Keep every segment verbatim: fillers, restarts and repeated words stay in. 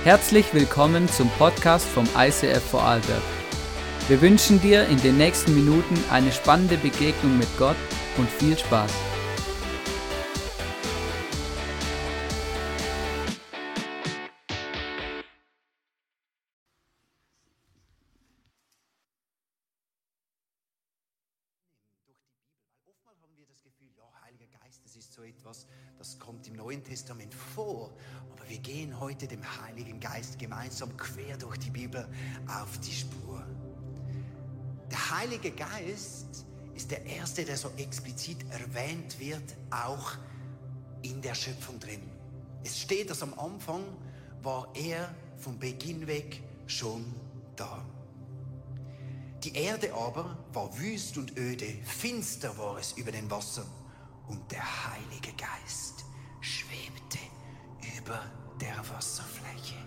Herzlich willkommen zum Podcast vom I C F Vorarlberg. Wir wünschen dir in den nächsten Minuten eine spannende Begegnung mit Gott und viel Spaß. Oftmals haben wir das Gefühl, ja, Heiliger Geist, das ist so etwas, das kommt im Neuen Testament vor. Aber wir gehen heute dem Heiligen Geist gemeinsam quer durch die Bibel auf die Spur. Der Heilige Geist ist der Erste, der so explizit erwähnt wird, auch in der Schöpfung drin. Es steht, dass am Anfang war er vom Beginn weg schon da. Die Erde aber war wüst und öde, finster war es über den Wassern und der Heilige Geist schwebte über der Wasserfläche.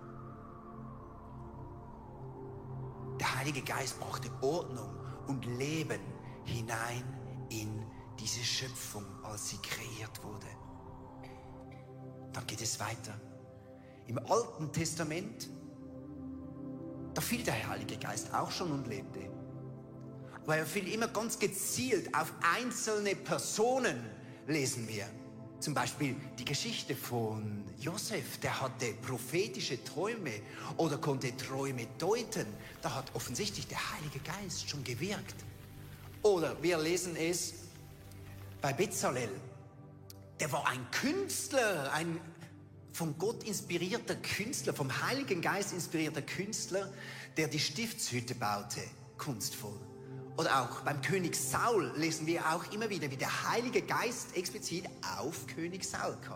Der Heilige Geist brachte Ordnung und Leben hinein in diese Schöpfung, als sie kreiert wurde. Dann geht es weiter. Im Alten Testament, da fiel der Heilige Geist auch schon und lebte. Aber er fiel immer ganz gezielt auf einzelne Personen, lesen wir. Zum Beispiel die Geschichte von Josef, der hatte prophetische Träume oder konnte Träume deuten. Da hat offensichtlich der Heilige Geist schon gewirkt. Oder wir lesen es bei Bezalel. Der war ein Künstler, ein von Gott inspirierter Künstler, vom Heiligen Geist inspirierter Künstler, der die Stiftshütte baute, kunstvoll. Oder auch beim König Saul lesen wir auch immer wieder, wie der Heilige Geist explizit auf König Saul kam.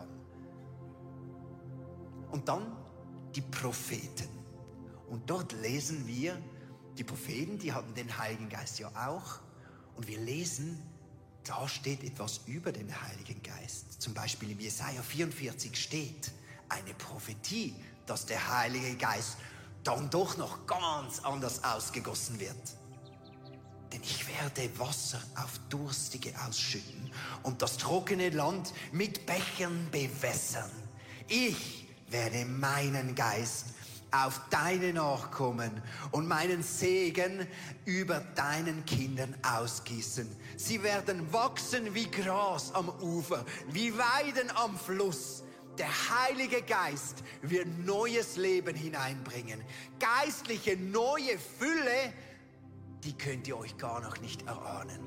Und dann die Propheten. Und dort lesen wir, die Propheten, die hatten den Heiligen Geist ja auch. Und wir lesen, da steht etwas über den Heiligen Geist. Zum Beispiel im Jesaja vierundvierzig steht eine Prophetie, dass der Heilige Geist dann doch noch ganz anders ausgegossen wird. Denn ich werde Wasser auf Durstige ausschütten und das trockene Land mit Bächen bewässern. Ich werde meinen Geist auf deine Nachkommen und meinen Segen über deinen Kindern ausgießen. Sie werden wachsen wie Gras am Ufer, wie Weiden am Fluss. Der Heilige Geist wird neues Leben hineinbringen. Geistliche neue Fülle, die könnt ihr euch gar noch nicht erahnen.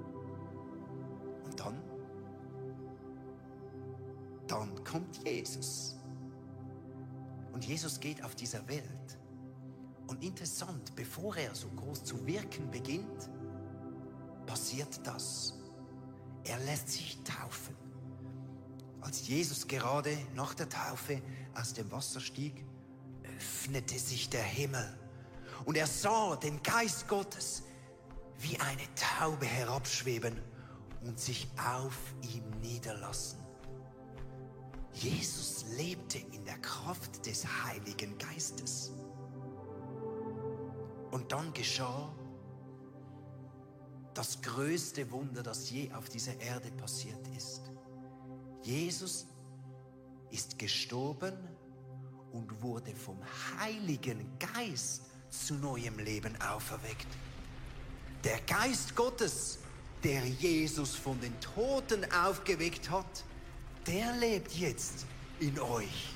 Und dann? Dann kommt Jesus. Und Jesus geht auf dieser Welt. Und interessant, bevor er so groß zu wirken beginnt, passiert das. Er lässt sich taufen. Als Jesus gerade nach der Taufe aus dem Wasser stieg, öffnete sich der Himmel. Und er sah den Geist Gottes wie eine Taube herabschweben und sich auf ihm niederlassen. Jesus lebte in der Kraft des Heiligen Geistes. Und dann geschah das größte Wunder, das je auf dieser Erde passiert ist. Jesus ist gestorben und wurde vom Heiligen Geist zu neuem Leben auferweckt. Der Geist Gottes, der Jesus von den Toten aufgeweckt hat, der lebt jetzt in euch.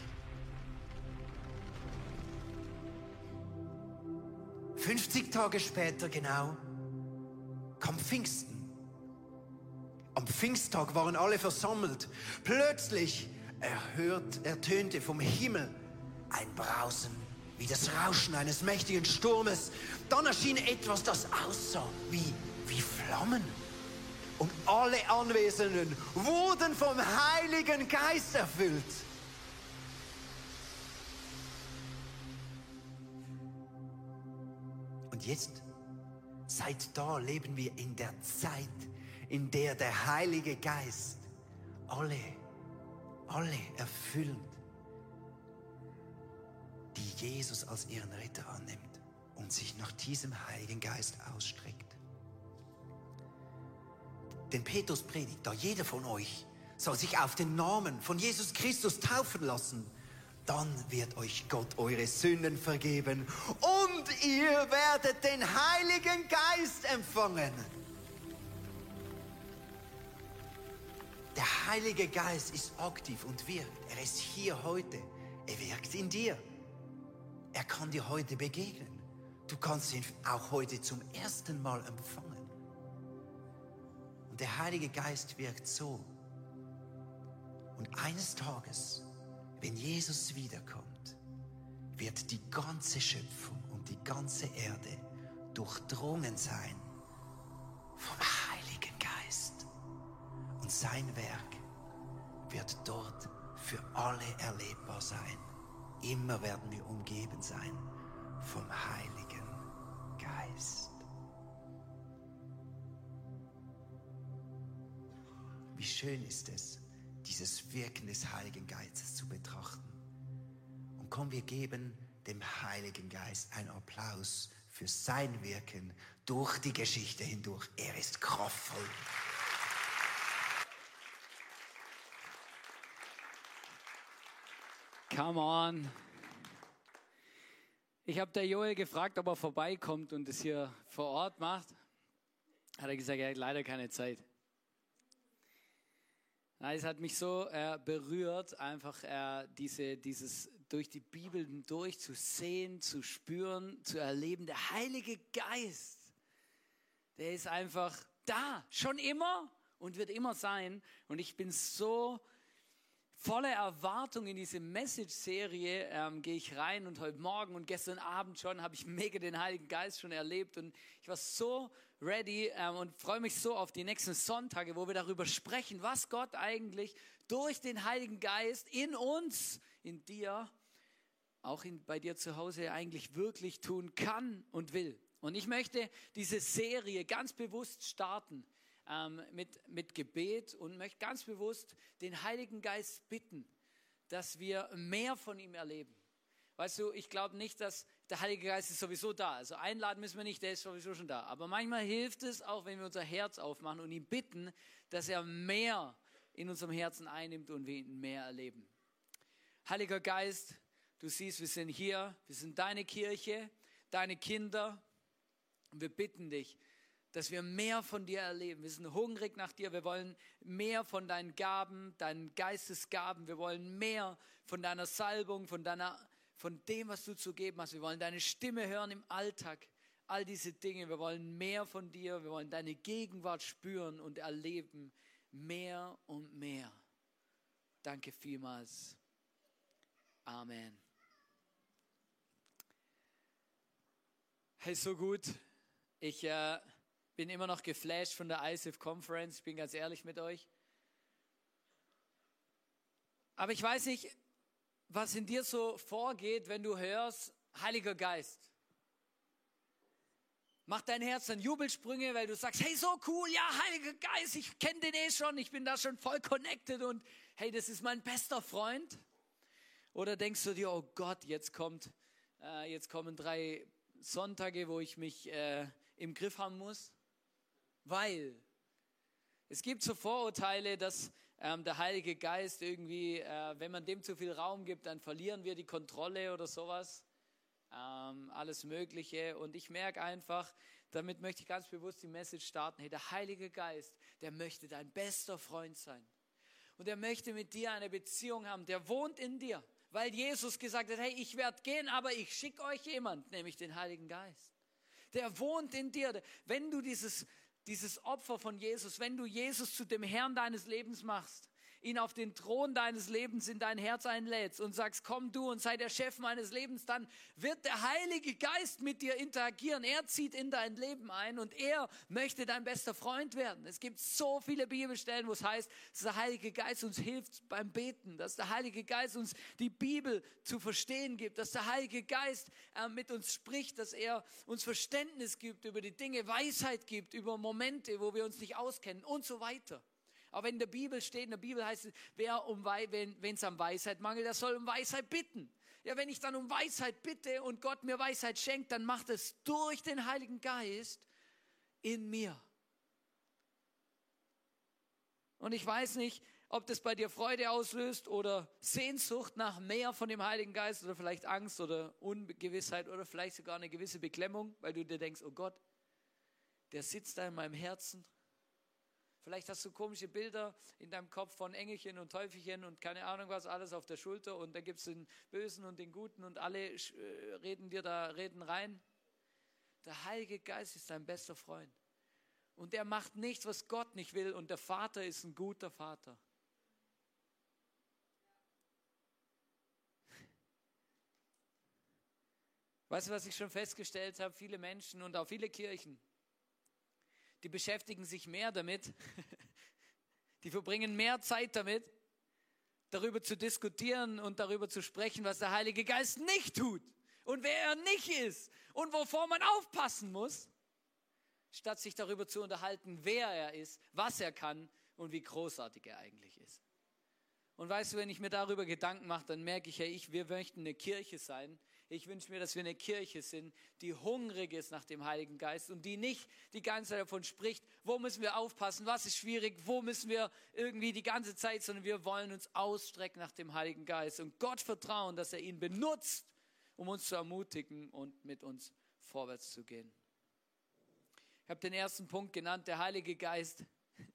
fünfzig Tage später genau kam Pfingsten. Am Pfingsttag waren alle versammelt. Plötzlich erhört, ertönte vom Himmel ein Brausen, wie das Rauschen eines mächtigen Sturmes. Dann erschien etwas, das aussah wie, wie Flammen. Und alle Anwesenden wurden vom Heiligen Geist erfüllt. Und jetzt, seit da leben wir in der Zeit, in der der Heilige Geist alle, alle erfüllt, die Jesus als ihren Retter annimmt und sich nach diesem Heiligen Geist ausstreckt. Denn Petrus predigt da, jeder von euch soll sich auf den Namen von Jesus Christus taufen lassen Dann wird euch Gott eure Sünden vergeben und ihr werdet den Heiligen Geist empfangen. Der Heilige Geist ist aktiv und wirkt. Er ist hier heute. Er wirkt in dir. Er kann dir heute begegnen. Du kannst ihn auch heute zum ersten Mal empfangen. Und der Heilige Geist wirkt so. Und eines Tages, wenn Jesus wiederkommt, wird die ganze Schöpfung und die ganze Erde durchdrungen sein vom Heiligen Geist. Und sein Werk wird dort für alle erlebbar sein. Immer werden wir umgeben sein vom Heiligen Geist. Wie schön ist es, dieses Wirken des Heiligen Geistes zu betrachten. Und komm, wir geben dem Heiligen Geist einen Applaus für sein Wirken durch die Geschichte hindurch. Er ist kraftvoll. Come on. Ich habe der Joel gefragt, ob er vorbeikommt und es hier vor Ort macht. Hat er gesagt, er hat leider keine Zeit. Es hat mich so äh, berührt, einfach äh, diese, dieses durch die Bibel durch zu sehen, zu spüren, zu erleben. Der Heilige Geist, der ist einfach da, schon immer und wird immer sein. Und ich bin so voller Erwartung in diese Message-Serie, ähm, gehe ich rein und heute Morgen und gestern Abend schon habe ich mega den Heiligen Geist schon erlebt und ich war so ready ähm, und freue mich so auf die nächsten Sonntage, wo wir darüber sprechen, was Gott eigentlich durch den Heiligen Geist in uns, in dir, auch in, bei dir zu Hause eigentlich wirklich tun kann und will. Und ich möchte diese Serie ganz bewusst starten ähm, mit, mit Gebet und möchte ganz bewusst den Heiligen Geist bitten, dass wir mehr von ihm erleben. Weißt du, ich glaube nicht, dass der Heilige Geist ist sowieso da. Also einladen müssen wir nicht, der ist sowieso schon da. Aber manchmal hilft es auch, wenn wir unser Herz aufmachen und ihn bitten, dass er mehr in unserem Herzen einnimmt und wir ihn mehr erleben. Heiliger Geist, du siehst, wir sind hier, wir sind deine Kirche, deine Kinder. Und wir bitten dich, dass wir mehr von dir erleben. Wir sind hungrig nach dir. Wir wollen mehr von deinen Gaben, deinen Geistesgaben. Wir wollen mehr von deiner Salbung, von deiner von dem, was du zu geben hast. Wir wollen deine Stimme hören im Alltag. All diese Dinge. Wir wollen mehr von dir. Wir wollen deine Gegenwart spüren und erleben. Mehr und mehr. Danke vielmals. Amen. Hey, so gut. Ich äh, bin immer noch geflasht von der I C F Conference. Ich bin ganz ehrlich mit euch. Aber ich weiß nicht, was in dir so vorgeht, wenn du hörst, Heiliger Geist. Macht dein Herz dann Jubelsprünge, weil du sagst, hey, so cool, ja, Heiliger Geist, ich kenne den eh schon, ich bin da schon voll connected und hey, das ist mein bester Freund. Oder denkst du dir, oh Gott, jetzt kommt, äh, jetzt kommen drei Sonntage, wo ich mich äh, im Griff haben muss? Weil es gibt so Vorurteile, dass ähm, der Heilige Geist irgendwie, äh, wenn man dem zu viel Raum gibt, dann verlieren wir die Kontrolle oder sowas. Ähm, alles Mögliche. Und ich merke einfach, damit möchte ich ganz bewusst die Message starten, hey, der Heilige Geist, der möchte dein bester Freund sein. Und er möchte mit dir eine Beziehung haben, der wohnt in dir. Weil Jesus gesagt hat, hey, ich werde gehen, aber ich schicke euch jemand, nämlich den Heiligen Geist. Der wohnt in dir. Wenn du dieses, dieses Opfer von Jesus, wenn du Jesus zu dem Herrn deines Lebens machst, ihn auf den Thron deines Lebens in dein Herz einlädst und sagst, komm du und sei der Chef meines Lebens, dann wird der Heilige Geist mit dir interagieren. Er zieht in dein Leben ein und er möchte dein bester Freund werden. Es gibt so viele Bibelstellen, wo es heißt, dass der Heilige Geist uns hilft beim Beten, dass der Heilige Geist uns die Bibel zu verstehen gibt, dass der Heilige Geist äh, mit uns spricht, dass er uns Verständnis gibt über die Dinge, Weisheit gibt, über Momente, wo wir uns nicht auskennen und so weiter. Aber in der Bibel steht, in der Bibel heißt es, wer um, wenn es an Weisheit mangelt, der soll um Weisheit bitten. Ja, wenn ich dann um Weisheit bitte und Gott mir Weisheit schenkt, dann macht es durch den Heiligen Geist in mir. Und ich weiß nicht, ob das bei dir Freude auslöst oder Sehnsucht nach mehr von dem Heiligen Geist oder vielleicht Angst oder Ungewissheit oder vielleicht sogar eine gewisse Beklemmung, weil du dir denkst, oh Gott, der sitzt da in meinem Herzen. Vielleicht hast du komische Bilder in deinem Kopf von Engelchen und Teufelchen und keine Ahnung was, alles auf der Schulter und dann gibt es den Bösen und den Guten und alle äh, reden dir da, reden rein. Der Heilige Geist ist dein bester Freund und der macht nichts, was Gott nicht will und der Vater ist ein guter Vater. Weißt du, was ich schon festgestellt habe? Viele Menschen und auch viele Kirchen, die beschäftigen sich mehr damit, die verbringen mehr Zeit damit, darüber zu diskutieren und darüber zu sprechen, was der Heilige Geist nicht tut und wer er nicht ist und wovor man aufpassen muss, statt sich darüber zu unterhalten, wer er ist, was er kann und wie großartig er eigentlich ist. Und weißt du, wenn ich mir darüber Gedanken mache, dann merke ich ja, ich, wir möchten eine Kirche sein. Ich wünsche mir, dass wir eine Kirche sind, die hungrig ist nach dem Heiligen Geist und die nicht die ganze Zeit davon spricht, wo müssen wir aufpassen, was ist schwierig, wo müssen wir irgendwie die ganze Zeit, sondern wir wollen uns ausstrecken nach dem Heiligen Geist und Gott vertrauen, dass er ihn benutzt, um uns zu ermutigen und mit uns vorwärts zu gehen. Ich habe den ersten Punkt genannt, der Heilige Geist.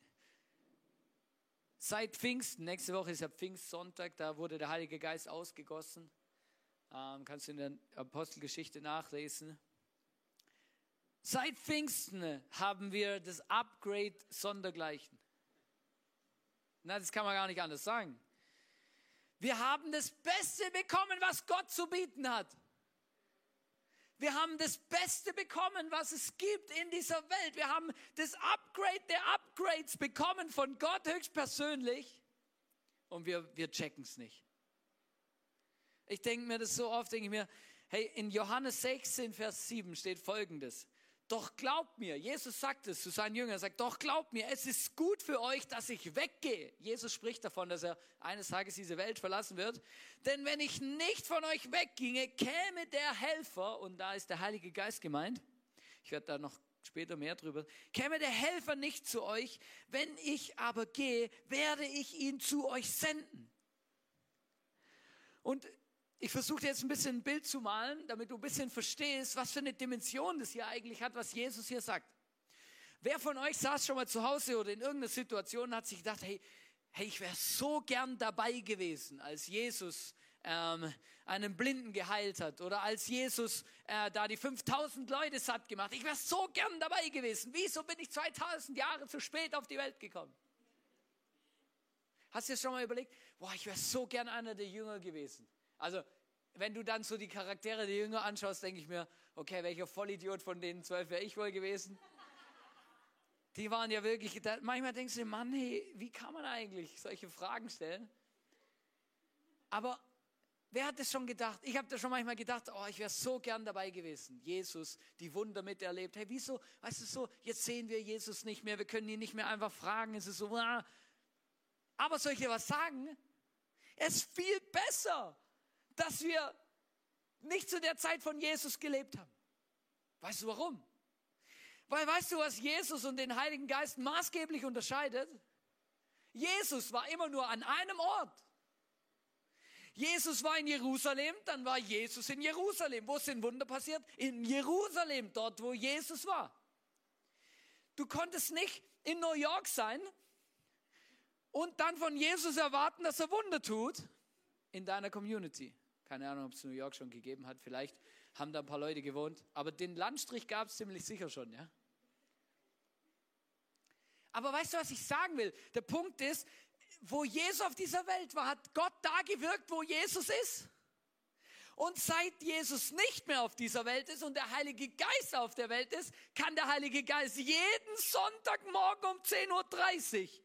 Seit Pfingsten, nächste Woche ist ja Pfingstsonntag, da wurde der Heilige Geist ausgegossen. Ähm, kannst du in der Apostelgeschichte nachlesen. Seit Pfingsten haben wir das Upgrade sondergleichen. Na, das kann man gar nicht anders sagen. Wir haben das Beste bekommen, was Gott zu bieten hat. Wir haben das Beste bekommen, was es gibt in dieser Welt. Wir haben das Upgrade der Upgrades bekommen von Gott höchstpersönlich und wir, wir checken es nicht. Ich denke mir das so oft, denke ich mir, hey, in Johannes sechzehn, Vers sieben steht Folgendes. Doch glaubt mir, Jesus sagt es zu seinen Jüngern, er sagt, doch glaubt mir, es ist gut für euch, dass ich weggehe. Jesus spricht davon, dass er eines Tages diese Welt verlassen wird. Denn wenn ich nicht von euch wegginge, käme der Helfer, und da ist der Heilige Geist gemeint, ich werde da noch später mehr drüber, käme der Helfer nicht zu euch, wenn ich aber gehe, werde ich ihn zu euch senden. Und ich versuche jetzt ein bisschen ein Bild zu malen, damit du ein bisschen verstehst, was für eine Dimension das hier eigentlich hat, was Jesus hier sagt. Wer von euch saß schon mal zu Hause oder in irgendeiner Situation und hat sich gedacht, hey, hey ich wäre so gern dabei gewesen, als Jesus ähm, einen Blinden geheilt hat oder als Jesus äh, da die fünftausend Leute satt gemacht hat. Ich wäre so gern dabei gewesen. Wieso bin ich zweitausend Jahre zu spät auf die Welt gekommen? Hast du dir schon mal überlegt, boah, ich wäre so gern einer der Jünger gewesen. Also, wenn du dann so die Charaktere der Jünger anschaust, denke ich mir, okay, welcher Vollidiot von den zwölf wäre ich wohl gewesen? Die waren ja wirklich, da, manchmal denkst du dir, Mann, hey, wie kann man eigentlich solche Fragen stellen? Aber wer hat das schon gedacht? Ich habe da schon manchmal gedacht, oh, ich wäre so gern dabei gewesen. Jesus, die Wunder miterlebt. Hey, wieso, weißt du so, jetzt sehen wir Jesus nicht mehr, wir können ihn nicht mehr einfach fragen. Es ist so, ah. Aber soll ich dir was sagen? Es ist viel besser, dass wir nicht zu der Zeit von Jesus gelebt haben. Weißt du warum? Weil weißt du, was Jesus und den Heiligen Geist maßgeblich unterscheidet? Jesus war immer nur an einem Ort. Jesus war in Jerusalem, dann war Jesus in Jerusalem. Wo sind Wunder passiert? In Jerusalem, dort wo Jesus war. Du konntest nicht in New York sein und dann von Jesus erwarten, dass er Wunder tut in deiner Community. Keine Ahnung, ob es New York schon gegeben hat. Vielleicht haben da ein paar Leute gewohnt. Aber den Landstrich gab es ziemlich sicher schon, ja. Aber weißt du, was ich sagen will? Der Punkt ist, wo Jesus auf dieser Welt war, hat Gott da gewirkt, wo Jesus ist. Und seit Jesus nicht mehr auf dieser Welt ist und der Heilige Geist auf der Welt ist, kann der Heilige Geist jeden Sonntagmorgen um zehn Uhr dreißig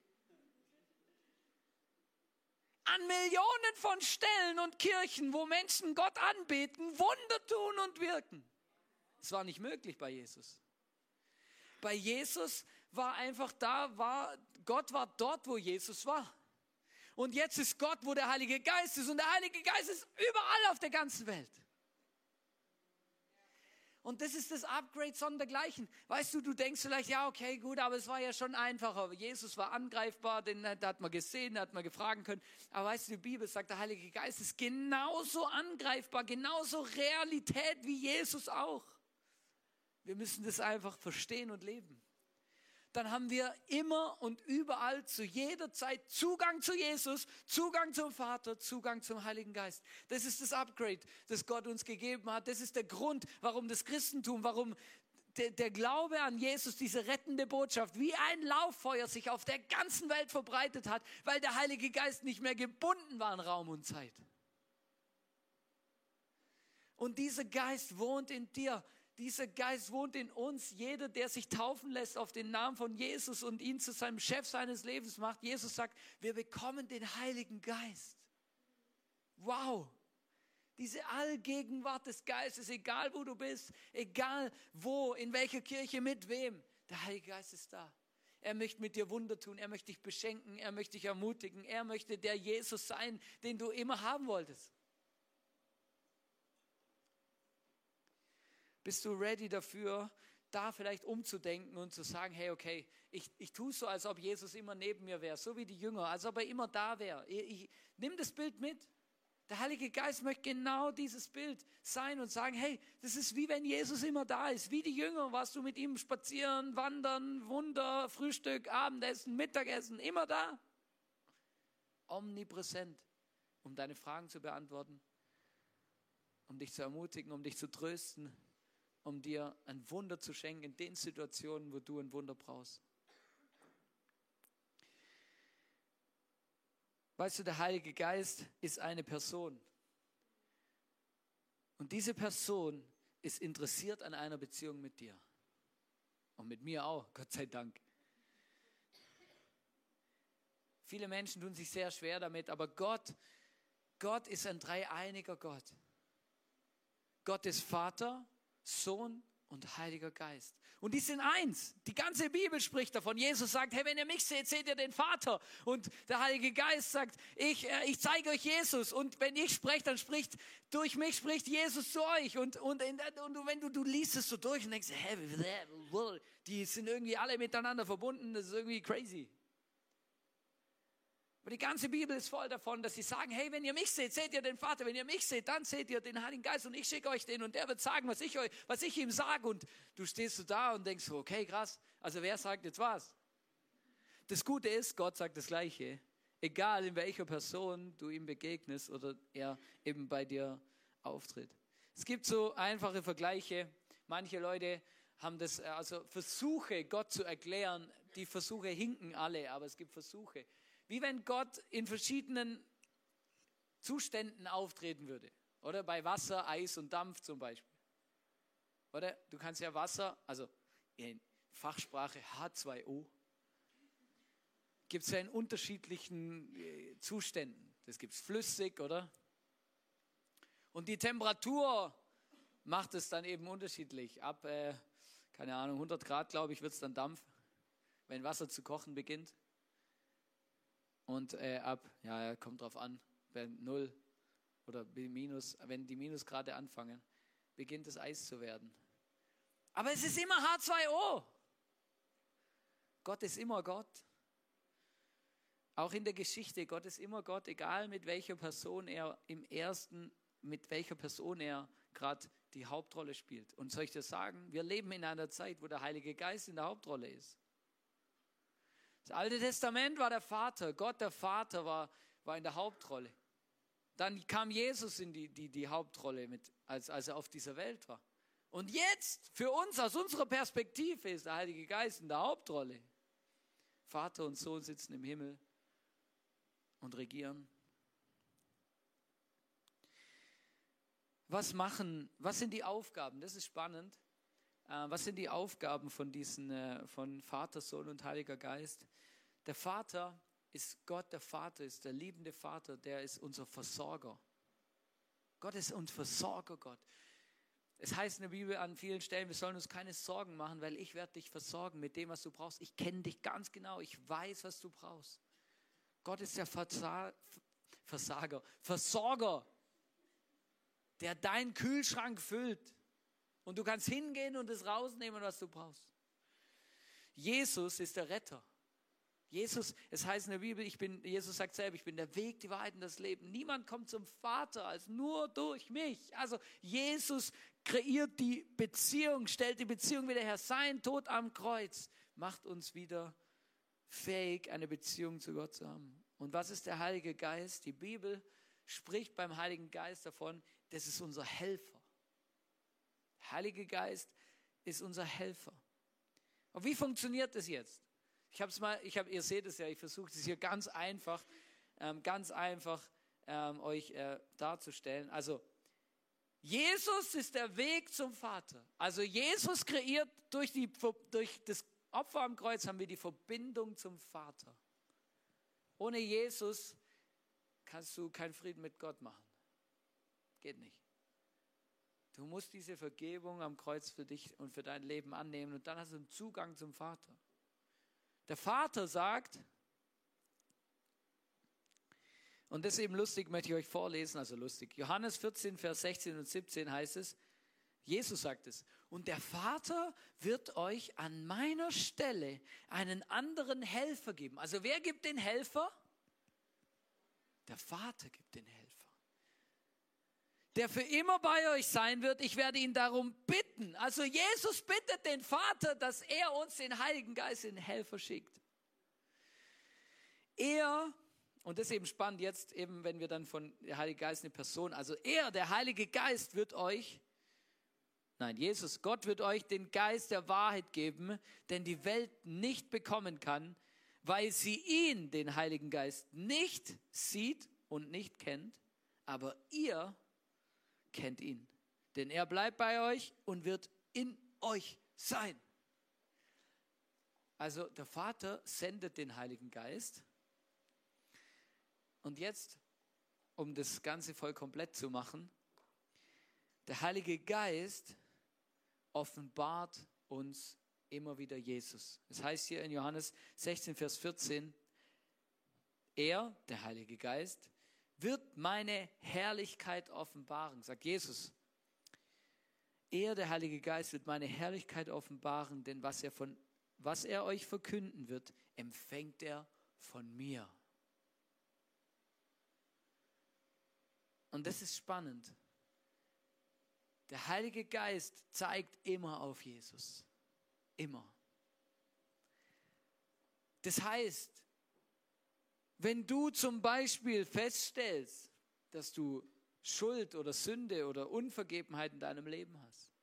an Millionen von Stellen und Kirchen, wo Menschen Gott anbeten, Wunder tun und wirken. Es war nicht möglich bei Jesus. Bei Jesus war einfach da, war, Gott war dort, wo Jesus war. Und jetzt ist Gott, wo der Heilige Geist ist. Und der Heilige Geist ist überall auf der ganzen Welt. Und das ist das Upgrade sondergleichen. Weißt du, du denkst vielleicht, ja, okay, gut, aber es war ja schon einfacher. Jesus war angreifbar, den da hat man gesehen, da hat man gefragen können. Aber weißt du, die Bibel sagt, der Heilige Geist ist genauso angreifbar, genauso Realität wie Jesus auch. Wir müssen das einfach verstehen und leben. Dann haben wir immer und überall zu jeder Zeit Zugang zu Jesus, Zugang zum Vater, Zugang zum Heiligen Geist. Das ist das Upgrade, das Gott uns gegeben hat. Das ist der Grund, warum das Christentum, warum der, der Glaube an Jesus, diese rettende Botschaft, wie ein Lauffeuer sich auf der ganzen Welt verbreitet hat, weil der Heilige Geist nicht mehr gebunden war an Raum und Zeit. Und dieser Geist wohnt in dir. Dieser Geist wohnt in uns. Jeder, der sich taufen lässt auf den Namen von Jesus und ihn zu seinem Chef seines Lebens macht. Jesus sagt, wir bekommen den Heiligen Geist. Wow! Diese Allgegenwart des Geistes, egal wo du bist, egal wo, in welcher Kirche, mit wem. Der Heilige Geist ist da. Er möchte mit dir Wunder tun. Er möchte dich beschenken. Er möchte dich ermutigen. Er möchte der Jesus sein, den du immer haben wolltest. Bist du ready dafür, da vielleicht umzudenken und zu sagen, hey, okay, ich, ich tue so, als ob Jesus immer neben mir wäre, so wie die Jünger, als ob er immer da wäre. Ich, ich nimm das Bild mit. Der Heilige Geist möchte genau dieses Bild sein und sagen, hey, das ist wie wenn Jesus immer da ist. Wie die Jünger, warst du mit ihm spazieren, wandern, Wunder, Frühstück, Abendessen, Mittagessen, immer da. Omnipräsent, um deine Fragen zu beantworten, um dich zu ermutigen, um dich zu trösten, um dir ein Wunder zu schenken in den Situationen, wo du ein Wunder brauchst. Weißt du, der Heilige Geist ist eine Person. Und diese Person ist interessiert an einer Beziehung mit dir. Und mit mir auch, Gott sei Dank. Viele Menschen tun sich sehr schwer damit, aber Gott, Gott ist ein dreieiniger Gott. Gott ist Vater, Sohn und Heiliger Geist. Und die sind eins. Die ganze Bibel spricht davon. Jesus sagt, hey, wenn ihr mich seht, seht ihr den Vater. Und der Heilige Geist sagt, ich, äh, ich zeige euch Jesus. Und wenn ich spreche, dann spricht, durch mich spricht Jesus zu euch. Und, und, und, und wenn du, du liest es so durch und denkst, hä, die sind irgendwie alle miteinander verbunden, das ist irgendwie crazy. Aber die ganze Bibel ist voll davon, dass sie sagen, hey, wenn ihr mich seht, seht ihr den Vater. Wenn ihr mich seht, dann seht ihr den Heiligen Geist und ich schicke euch den und der wird sagen, was ich, euch, was ich ihm sage. Und du stehst so da und denkst, okay, krass, also wer sagt jetzt was? Das Gute ist, Gott sagt das Gleiche. Egal in welcher Person du ihm begegnest oder er eben bei dir auftritt. Es gibt so einfache Vergleiche. Manche Leute haben das, also Versuche, Gott zu erklären. Die Versuche hinken alle, aber es gibt Versuche. Wie wenn Gott in verschiedenen Zuständen auftreten würde. Oder bei Wasser, Eis und Dampf zum Beispiel. Oder du kannst ja Wasser, also in Fachsprache H zwei O, gibt es ja in unterschiedlichen äh, Zuständen. Das gibt es flüssig, oder? Und die Temperatur macht es dann eben unterschiedlich. Ab, äh, keine Ahnung, hundert Grad, glaube ich, wird es dann Dampf, wenn Wasser zu kochen beginnt. Und äh, ab, ja, kommt drauf an, wenn null oder minus, wenn die Minusgrade anfangen, beginnt das Eis zu werden. Aber es ist immer H zwei O. Gott ist immer Gott. Auch in der Geschichte, Gott ist immer Gott, egal mit welcher Person er im ersten, mit welcher Person er gerade die Hauptrolle spielt. Und soll ich dir sagen, wir leben in einer Zeit, wo der Heilige Geist in der Hauptrolle ist. Das Alte Testament war der Vater, Gott der Vater war, war in der Hauptrolle. Dann kam Jesus in die, die, die Hauptrolle, mit, als, als er auf dieser Welt war. Und jetzt, für uns, aus unserer Perspektive, ist der Heilige Geist in der Hauptrolle. Vater und Sohn sitzen im Himmel und regieren. Was machen, was sind die Aufgaben? Das ist spannend. Äh, was sind die Aufgaben von diesen, äh, von Vater, Sohn und Heiliger Geist? Der Vater ist Gott, der Vater ist der liebende Vater, der ist unser Versorger. Gott ist unser Versorger, Gott. Es heißt in der Bibel an vielen Stellen, wir sollen uns keine Sorgen machen, weil ich werde dich versorgen mit dem, was du brauchst. Ich kenne dich ganz genau, ich weiß, was du brauchst. Gott ist der Versa- Versager, Versorger, der deinen Kühlschrank füllt. Und du kannst hingehen und es rausnehmen, was du brauchst. Jesus ist der Retter. Jesus, es heißt in der Bibel, ich bin, Jesus sagt selber, ich bin der Weg, die Wahrheit und das Leben. Niemand kommt zum Vater als nur durch mich. Also Jesus kreiert die Beziehung, stellt die Beziehung wieder her. Sein Tod am Kreuz macht uns wieder fähig, eine Beziehung zu Gott zu haben. Und was ist der Heilige Geist? Die Bibel spricht beim Heiligen Geist davon, das ist unser Helfer. Der Heilige Geist ist unser Helfer. Und wie funktioniert das jetzt? Ich habe es mal, ich habe, ihr seht es ja, ich versuche es hier ganz einfach, ähm, ganz einfach ähm, euch äh, darzustellen. Also Jesus ist der Weg zum Vater. Also Jesus kreiert durch, die, durch das Opfer am Kreuz haben wir die Verbindung zum Vater. Ohne Jesus kannst du keinen Frieden mit Gott machen. Geht nicht. Du musst diese Vergebung am Kreuz für dich und für dein Leben annehmen und dann hast du einen Zugang zum Vater. Der Vater sagt, und das ist eben lustig, möchte ich euch vorlesen, also lustig. Johannes vierzehn, Vers sechzehn und siebzehn heißt es, Jesus sagt es, und der Vater wird euch an meiner Stelle einen anderen Helfer geben. Also wer gibt den Helfer? Der Vater gibt den Helfer. Der für immer bei euch sein wird, ich werde ihn darum bitten. Also Jesus bittet den Vater, dass er uns den Heiligen Geist, den Helfer schickt. Er, und das ist eben spannend jetzt, eben wenn wir dann von der Heilige Geist eine Person, also er, der Heilige Geist wird euch, nein, Jesus, Gott wird euch den Geist der Wahrheit geben, den die Welt nicht bekommen kann, weil sie ihn, den Heiligen Geist, nicht sieht und nicht kennt, aber ihr kennt ihn, denn er bleibt bei euch und wird in euch sein. Also der Vater sendet den Heiligen Geist. Und jetzt, um das Ganze voll komplett zu machen, der Heilige Geist offenbart uns immer wieder Jesus. Es heißt hier in Johannes sechzehn, Vers vierzehn, er, der Heilige Geist, wird meine Herrlichkeit offenbaren, sagt Jesus. Er, der Heilige Geist, wird meine Herrlichkeit offenbaren, denn was er, von, was er euch verkünden wird, empfängt er von mir. Und das ist spannend. Der Heilige Geist zeigt immer auf Jesus. Immer. Das heißt, wenn du zum Beispiel feststellst, dass du Schuld oder Sünde oder Unvergebenheit in deinem Leben hast.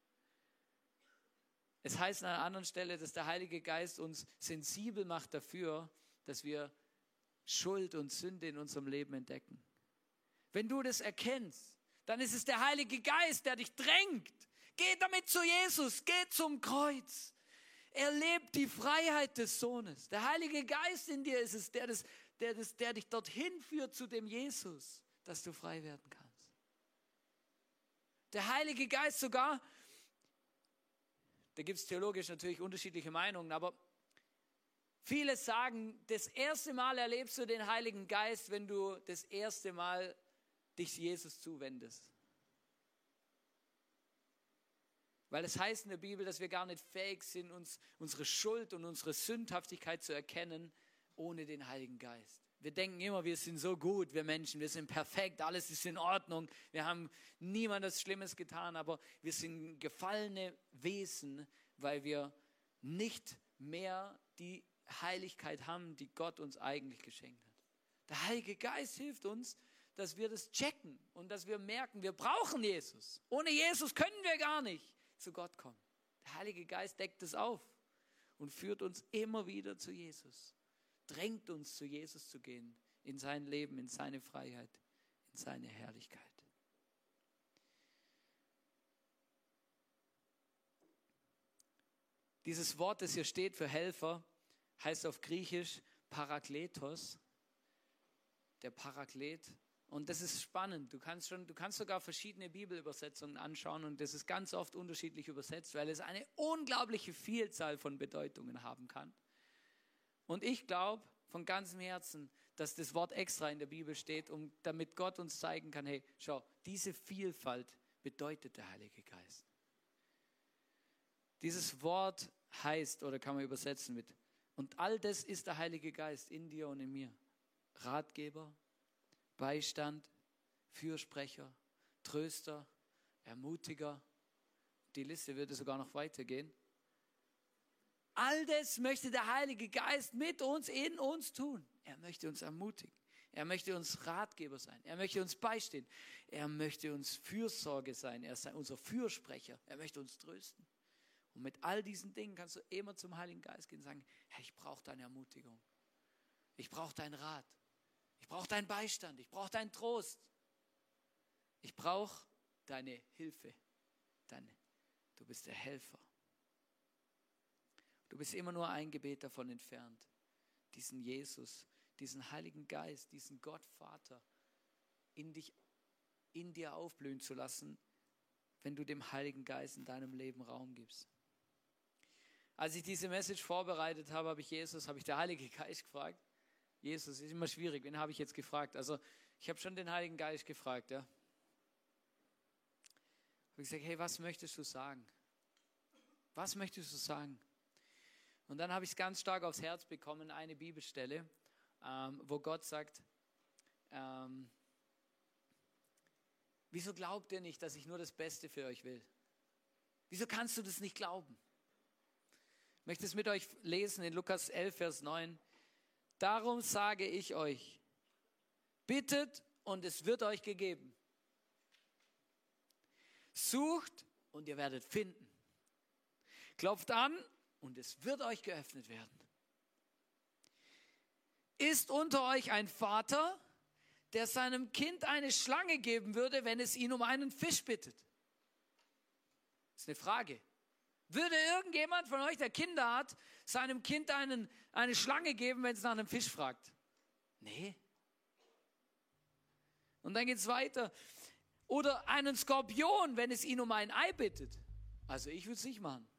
Es heißt an einer anderen Stelle, dass der Heilige Geist uns sensibel macht dafür, dass wir Schuld und Sünde in unserem Leben entdecken. Wenn du das erkennst, dann ist es der Heilige Geist, der dich drängt. Geh damit zu Jesus, geh zum Kreuz. Er lebt die Freiheit des Sohnes. Der Heilige Geist in dir ist es, der, das, der, das, der dich dorthin führt zu dem Jesus, dass du frei werden kannst. Der Heilige Geist sogar, da gibt es theologisch natürlich unterschiedliche Meinungen, aber viele sagen, das erste Mal erlebst du den Heiligen Geist, wenn du das erste Mal dich Jesus zuwendest. Weil es heißt in der Bibel, dass wir gar nicht fähig sind, uns unsere Schuld und unsere Sündhaftigkeit zu erkennen, ohne den Heiligen Geist. Wir denken immer, wir sind so gut, wir Menschen, wir sind perfekt, alles ist in Ordnung, wir haben niemandes Schlimmes getan, aber wir sind gefallene Wesen, weil wir nicht mehr die Heiligkeit haben, die Gott uns eigentlich geschenkt hat. Der Heilige Geist hilft uns, dass wir das checken und dass wir merken, wir brauchen Jesus. Ohne Jesus können wir gar nicht zu Gott kommen. Der Heilige Geist deckt es auf und führt uns immer wieder zu Jesus. Drängt uns, zu Jesus zu gehen, in sein Leben, in seine Freiheit, in seine Herrlichkeit. Dieses Wort, das hier steht für Helfer, heißt auf Griechisch Parakletos, der Paraklet. Und das ist spannend. Du kannst, schon, du kannst sogar verschiedene Bibelübersetzungen anschauen und das ist ganz oft unterschiedlich übersetzt, weil es eine unglaubliche Vielzahl von Bedeutungen haben kann. Und ich glaube von ganzem Herzen, dass das Wort extra in der Bibel steht, um, damit Gott uns zeigen kann, hey, schau, diese Vielfalt bedeutet der Heilige Geist. Dieses Wort heißt, oder kann man übersetzen mit, und all das ist der Heilige Geist in dir und in mir. Ratgeber, Beistand, Fürsprecher, Tröster, Ermutiger. Die Liste würde sogar noch weitergehen. All das möchte der Heilige Geist mit uns, in uns tun. Er möchte uns ermutigen. Er möchte uns Ratgeber sein. Er möchte uns beistehen. Er möchte uns Fürsorge sein. Er ist unser Fürsprecher. Er möchte uns trösten. Und mit all diesen Dingen kannst du immer zum Heiligen Geist gehen und sagen, hey, ich brauche deine Ermutigung. Ich brauche deinen Rat. Ich brauche deinen Beistand. Ich brauche deinen Trost. Ich brauche deine Hilfe. Deine, du bist der Helfer. Du bist immer nur ein Gebet davon entfernt, diesen Jesus, diesen Heiligen Geist, diesen Gott Vater in dich, in dir aufblühen zu lassen, wenn du dem Heiligen Geist in deinem Leben Raum gibst. Als ich diese Message vorbereitet habe, habe ich Jesus, habe ich den Heiligen Geist gefragt. Jesus, ist immer schwierig, wen habe ich jetzt gefragt? Also ich habe schon den Heiligen Geist gefragt, ja. Habe ich gesagt, hey, was möchtest du sagen? Was möchtest du sagen? Und dann habe ich es ganz stark aufs Herz bekommen, eine Bibelstelle, ähm, wo Gott sagt, ähm, wieso glaubt ihr nicht, dass ich nur das Beste für euch will? Wieso kannst du das nicht glauben? Ich möchte es mit euch lesen in Lukas elf, Vers neun. Darum sage ich euch, bittet und es wird euch gegeben. Sucht und ihr werdet finden. Klopft an und es wird euch geöffnet werden. Ist unter euch ein Vater, der seinem Kind eine Schlange geben würde, wenn es ihn um einen Fisch bittet? Das ist eine Frage. Würde irgendjemand von euch, der Kinder hat, seinem Kind einen, eine Schlange geben, wenn es nach einem Fisch fragt? Nee. Und dann geht es weiter. Oder einen Skorpion, wenn es ihn um ein Ei bittet? Also ich würde es nicht machen.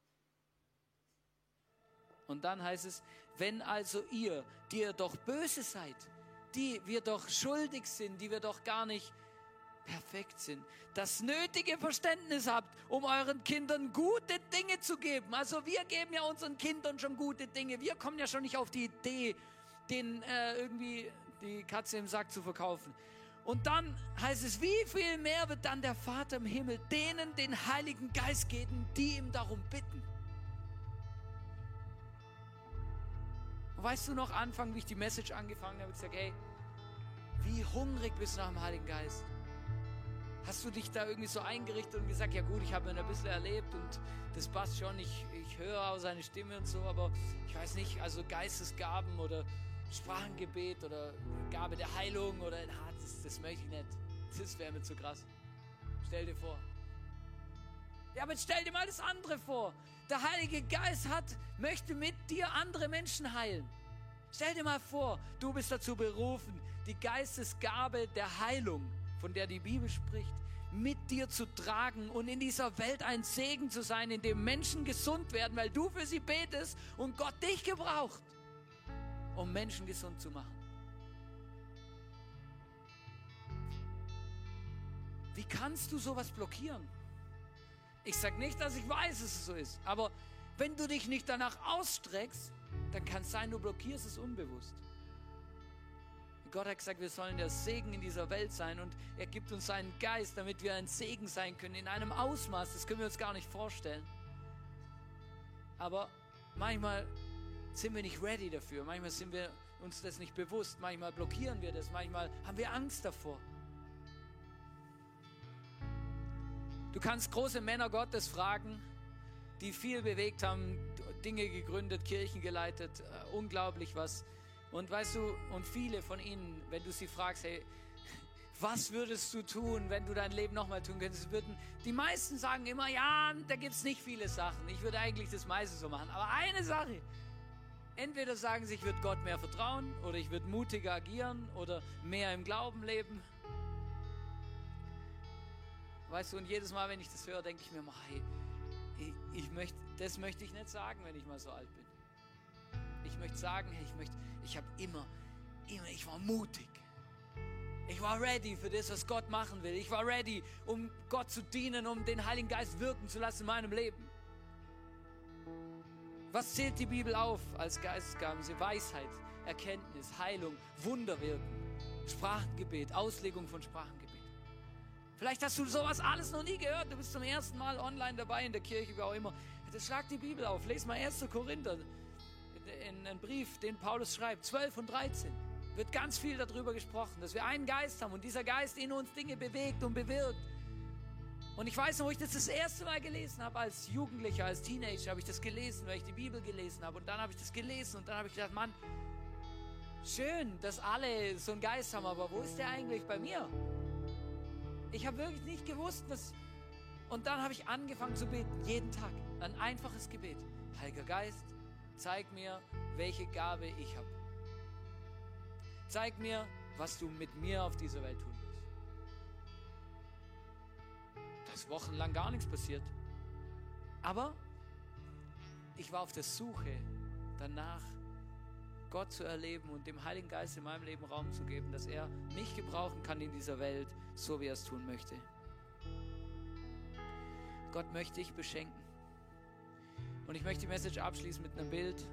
Und dann heißt es, wenn also ihr, die ihr doch böse seid, die wir doch schuldig sind, die wir doch gar nicht perfekt sind, das nötige Verständnis habt, um euren Kindern gute Dinge zu geben. Also wir geben ja unseren Kindern schon gute Dinge. Wir kommen ja schon nicht auf die Idee, denen äh, irgendwie die Katze im Sack zu verkaufen. Und dann heißt es, wie viel mehr wird dann der Vater im Himmel denen den Heiligen Geist geben, die ihm darum bitten. Und weißt du noch, Anfang, wie ich die Message angefangen habe, ich gesagt, ey, wie hungrig bist du nach dem Heiligen Geist? Hast du dich da irgendwie so eingerichtet und gesagt, ja gut, ich habe ihn ein bisschen erlebt und das passt schon, ich, ich höre auch seine Stimme und so, aber ich weiß nicht, also Geistesgaben oder Sprachengebet oder Gabe der Heilung oder, na, das, das möchte ich nicht. Das wäre mir zu krass. Stell dir vor. Ja, aber stell dir mal das andere vor. Der Heilige Geist hat, möchte mit dir andere Menschen heilen. Stell dir mal vor, du bist dazu berufen, die Geistesgabe der Heilung, von der die Bibel spricht, mit dir zu tragen und in dieser Welt ein Segen zu sein, in dem Menschen gesund werden, weil du für sie betest und Gott dich gebraucht, um Menschen gesund zu machen. Wie kannst du sowas blockieren? Ich sage nicht, dass ich weiß, dass es so ist, aber wenn du dich nicht danach ausstreckst, dann kann es sein, du blockierst es unbewusst. Gott hat gesagt, wir sollen der Segen in dieser Welt sein und er gibt uns seinen Geist, damit wir ein Segen sein können, in einem Ausmaß, das können wir uns gar nicht vorstellen. Aber manchmal sind wir nicht ready dafür, manchmal sind wir uns das nicht bewusst, manchmal blockieren wir das, manchmal haben wir Angst davor. Du kannst große Männer Gottes fragen, die viel bewegt haben, Dinge gegründet, Kirchen geleitet, äh, unglaublich was. Und weißt du, und viele von ihnen, wenn du sie fragst, hey, was würdest du tun, wenn du dein Leben nochmal tun könntest, würden die meisten sagen immer, ja, da gibt es nicht viele Sachen. Ich würde eigentlich das meiste so machen. Aber eine Sache, entweder sagen sie, ich würde Gott mehr vertrauen oder ich würde mutiger agieren oder mehr im Glauben leben. Weißt du, und jedes Mal, wenn ich das höre, denke ich mir, hey, ich, ich möchte, das möchte ich nicht sagen, wenn ich mal so alt bin. Ich möchte sagen, hey, ich möchte, ich habe immer, immer, ich war mutig. Ich war ready für das, was Gott machen will. Ich war ready, um Gott zu dienen, um den Heiligen Geist wirken zu lassen in meinem Leben. Was zählt die Bibel auf als Geistesgaben? Sie Weisheit, Erkenntnis, Heilung, Wunderwirken, Sprachengebet, Auslegung von Sprachengebet. Vielleicht hast du sowas alles noch nie gehört. Du bist zum ersten Mal online dabei in der Kirche, wie auch immer. Das schlag die Bibel auf. Lies mal erster Korinther, in, in einen Brief, den Paulus schreibt, zwölf und dreizehn. Wird ganz viel darüber gesprochen, dass wir einen Geist haben und dieser Geist in uns Dinge bewegt und bewirkt. Und ich weiß noch, wo ich das das erste Mal gelesen habe, als Jugendlicher, als Teenager, habe ich das gelesen, weil ich die Bibel gelesen habe. Und dann habe ich das gelesen und dann habe ich gedacht, Mann, schön, dass alle so einen Geist haben, aber wo ist der eigentlich bei mir? Ich habe wirklich nicht gewusst, was... Und dann habe ich angefangen zu beten, jeden Tag. Ein einfaches Gebet. Heiliger Geist, zeig mir, welche Gabe ich habe. Zeig mir, was du mit mir auf dieser Welt tun willst. Da ist wochenlang gar nichts passiert. Aber ich war auf der Suche danach, Gott zu erleben und dem Heiligen Geist in meinem Leben Raum zu geben, dass er mich gebrauchen kann in dieser Welt, so wie er es tun möchte. Gott möchte ich beschenken. Und ich möchte die Message abschließen mit einem Bild.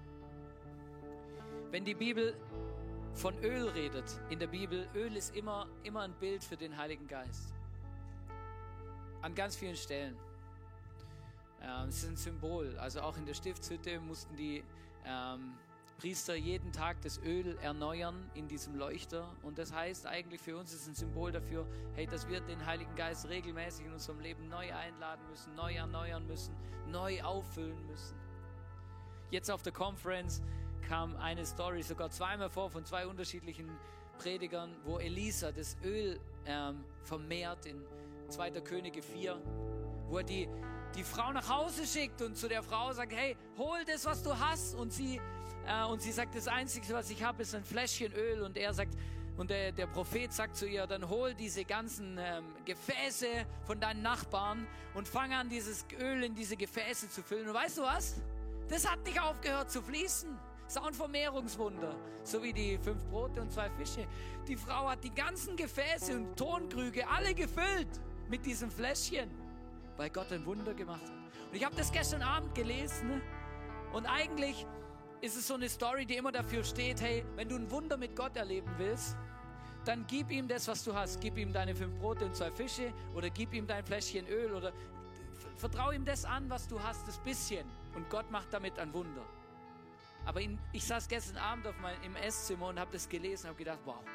Wenn die Bibel von Öl redet, in der Bibel, Öl ist immer, immer ein Bild für den Heiligen Geist. An ganz vielen Stellen. Ähm, es ist ein Symbol. Also auch in der Stiftshütte mussten die ähm, Priester jeden Tag das Öl erneuern in diesem Leuchter. Und das heißt eigentlich für uns ist es ein Symbol dafür, hey, dass wir den Heiligen Geist regelmäßig in unserem Leben neu einladen müssen, neu erneuern müssen, neu auffüllen müssen. Jetzt auf der Conference kam eine Story sogar zweimal vor von zwei unterschiedlichen Predigern, wo Elisa das Öl ähm, vermehrt in zweiter Könige vier, wo er die, die Frau nach Hause schickt und zu der Frau sagt, hey, hol das, was du hast. Und sie, äh, und sie sagt, das Einzige, was ich habe, ist ein Fläschchen Öl. Und er sagt, und der, der Prophet sagt zu ihr, dann hol diese ganzen ähm, Gefäße von deinen Nachbarn und fang an, dieses Öl in diese Gefäße zu füllen. Und weißt du was? Das hat nicht aufgehört zu fließen. Das ist auch ein Vermehrungswunder, so wie die fünf Brote und zwei Fische. Die Frau hat die ganzen Gefäße und Tonkrüge alle gefüllt mit diesem Fläschchen, weil Gott ein Wunder gemacht hat. Und ich habe das gestern Abend gelesen und eigentlich ist es so eine Story, die immer dafür steht, hey, wenn du ein Wunder mit Gott erleben willst, dann gib ihm das, was du hast. Gib ihm deine fünf Brote und zwei Fische oder gib ihm dein Fläschchen Öl oder vertrau ihm das an, was du hast, das bisschen. Und Gott macht damit ein Wunder. Aber in, ich saß gestern Abend auf mein, im Esszimmer und habe das gelesen und habe gedacht, wow,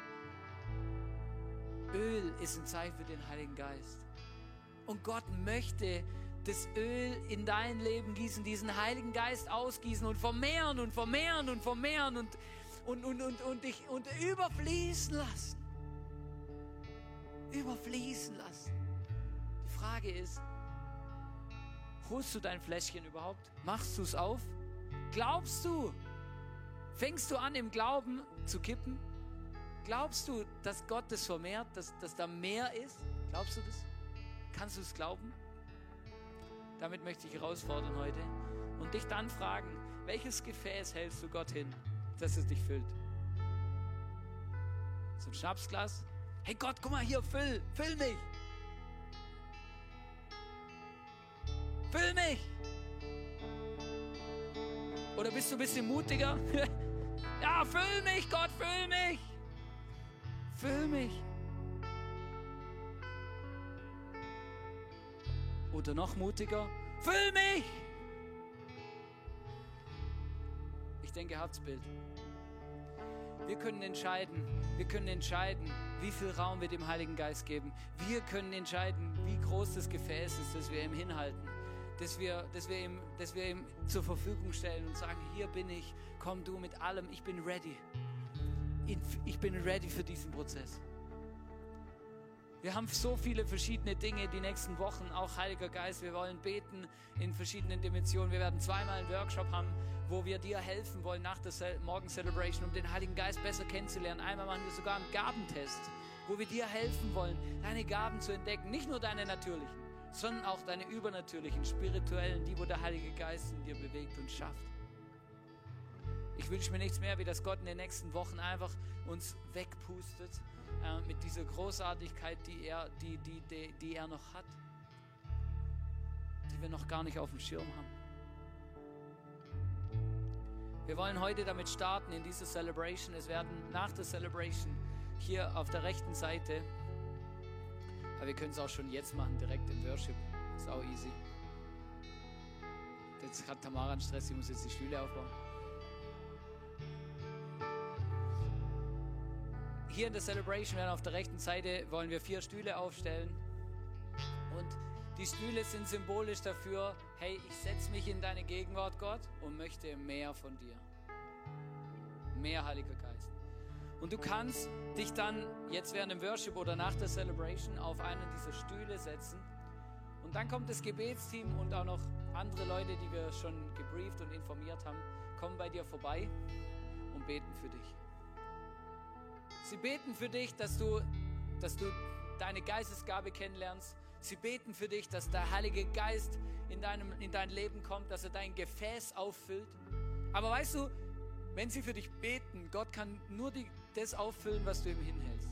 Öl ist ein Zeichen für den Heiligen Geist. Und Gott möchte das Öl in dein Leben gießen, diesen Heiligen Geist ausgießen und vermehren und vermehren und vermehren und, und, und, und, und dich und überfließen lassen. Überfließen lassen. Die Frage ist, holst du dein Fläschchen überhaupt? Machst du es auf? Glaubst du? Fängst du an, im Glauben zu kippen? Glaubst du, dass Gott das vermehrt, dass, dass da mehr ist? Glaubst du das? Kannst du es glauben? Damit möchte ich herausfordern heute und dich dann fragen, welches Gefäß hältst du Gott hin, dass es dich füllt? So ein Schnapsglas? Hey Gott, guck mal hier, füll, füll mich! Füll mich! Oder bist du ein bisschen mutiger? Ja, füll mich, Gott, füll mich! Füll mich! Oder noch mutiger, füll mich! Ich denke, ihr habt das Bild. Wir können entscheiden, wir können entscheiden, wie viel Raum wir dem Heiligen Geist geben. Wir können entscheiden, wie groß das Gefäß ist, das wir ihm hinhalten. Dass wir, dass, wir ihm, dass wir ihm zur Verfügung stellen und sagen, hier bin ich, komm du mit allem, ich bin ready. Ich bin ready für diesen Prozess. Wir haben so viele verschiedene Dinge die nächsten Wochen, auch Heiliger Geist. Wir wollen beten in verschiedenen Dimensionen. Wir werden zweimal einen Workshop haben, wo wir dir helfen wollen nach der Morgen-Celebration, um den Heiligen Geist besser kennenzulernen. Einmal machen wir sogar einen Gabentest, wo wir dir helfen wollen, deine Gaben zu entdecken. Nicht nur deine natürlichen, sondern auch deine übernatürlichen, spirituellen, die, wo der Heilige Geist in dir bewegt und schafft. Ich wünsche mir nichts mehr, wie dass Gott in den nächsten Wochen einfach uns wegpustet äh, mit dieser Großartigkeit, die er, die, die, die, die er noch hat, die wir noch gar nicht auf dem Schirm haben. Wir wollen heute damit starten in dieser Celebration. Es werden nach der Celebration hier auf der rechten Seite, aber wir können es auch schon jetzt machen, direkt im Worship. Ist auch easy. Jetzt hat Tamara einen Stress, sie muss jetzt die Stühle aufbauen. Hier in der Celebration werden auf der rechten Seite wollen wir vier Stühle aufstellen. Und die Stühle sind symbolisch dafür, hey, ich setze mich in deine Gegenwart, Gott, und möchte mehr von dir. Mehr, Heiliger Geist. Und du kannst dich dann jetzt während dem Worship oder nach der Celebration auf einen dieser Stühle setzen. Und dann kommt das Gebetsteam und auch noch andere Leute, die wir schon gebrieft und informiert haben, kommen bei dir vorbei und beten für dich. Sie beten für dich, dass du, dass du deine Geistesgabe kennenlernst. Sie beten für dich, dass der Heilige Geist in, deinem, in dein Leben kommt, dass er dein Gefäß auffüllt. Aber weißt du, wenn sie für dich beten, Gott kann nur die, das auffüllen, was du ihm hinhältst.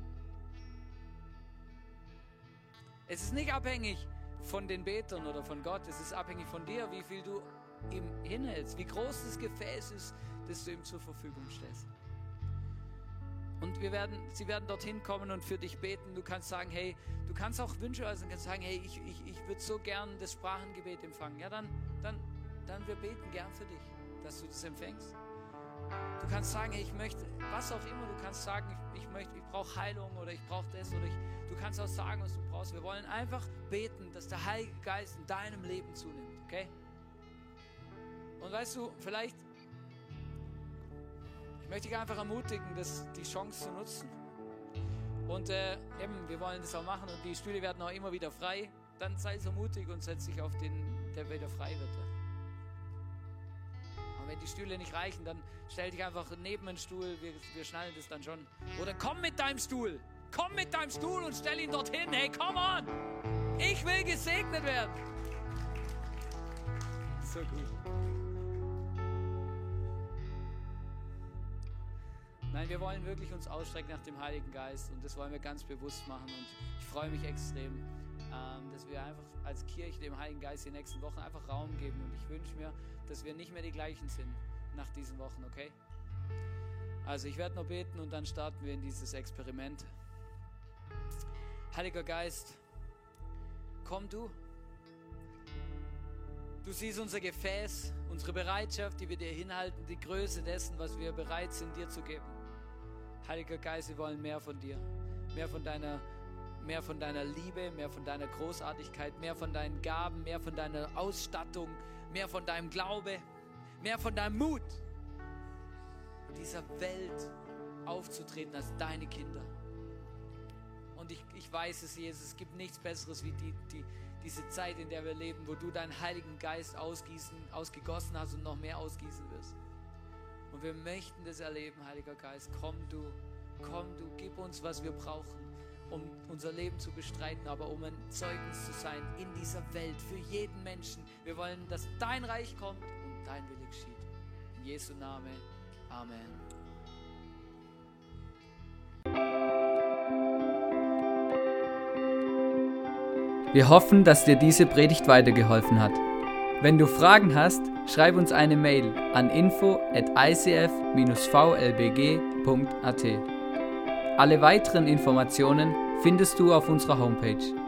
Es ist nicht abhängig von den Betern oder von Gott, es ist abhängig von dir, wie viel du ihm hinhältst, wie groß das Gefäß ist, das du ihm zur Verfügung stellst. Und wir werden, sie werden dorthin kommen und für dich beten. Du kannst sagen, hey, du kannst auch Wünsche äußern, kannst sagen, hey, ich, ich, ich würde so gern das Sprachengebet empfangen. Ja, dann, dann, dann wir beten gern für dich, dass du das empfängst. Du kannst sagen, hey, ich möchte, was auch immer, du kannst sagen, ich, ich möchte, ich brauche Heilung oder ich brauche das oder ich, du kannst auch sagen, was du brauchst. Wir wollen einfach beten, dass der Heilige Geist in deinem Leben zunimmt, okay? Und weißt du, vielleicht ich möchte dich einfach ermutigen, das, die Chance zu nutzen. Und äh, eben, wir wollen das auch machen und die Stühle werden auch immer wieder frei. Dann sei so mutig und setz dich auf den, der wieder frei wird. Und wenn die Stühle nicht reichen, dann stell dich einfach neben den Stuhl, wir, wir schnallen das dann schon. Oder komm mit deinem Stuhl, komm mit deinem Stuhl und stell ihn dorthin. Hey, come on! Ich will gesegnet werden. So gut. Nein, wir wollen wirklich uns ausstrecken nach dem Heiligen Geist und das wollen wir ganz bewusst machen und ich freue mich extrem, ähm, dass wir einfach als Kirche dem Heiligen Geist die nächsten Wochen einfach Raum geben und ich wünsche mir, dass wir nicht mehr die gleichen sind nach diesen Wochen, okay? Also ich werde noch beten und dann starten wir in dieses Experiment. Heiliger Geist, komm du. Du siehst unser Gefäß, unsere Bereitschaft, die wir dir hinhalten, die Größe dessen, was wir bereit sind, dir zu geben. Heiliger Geist, wir wollen mehr von dir, mehr von deiner, mehr von deiner Liebe, mehr von deiner Großartigkeit, mehr von deinen Gaben, mehr von deiner Ausstattung, mehr von deinem Glaube, mehr von deinem Mut, in dieser Welt aufzutreten als deine Kinder. Und ich, ich weiß es, Jesus, es gibt nichts Besseres wie die, die, diese Zeit, in der wir leben, wo du deinen Heiligen Geist ausgießen, ausgegossen hast und noch mehr ausgießen wirst. Und wir möchten das erleben, Heiliger Geist. Komm du, komm du, gib uns, was wir brauchen, um unser Leben zu bestreiten, aber um ein Zeugnis zu sein in dieser Welt, für jeden Menschen. Wir wollen, dass dein Reich kommt und dein Wille geschieht. In Jesu Namen. Amen. Wir hoffen, dass dir diese Predigt weitergeholfen hat. Wenn du Fragen hast, schreib uns eine Mail an info at i c f dash v l b g punkt a t. Alle weiteren Informationen findest du auf unserer Homepage.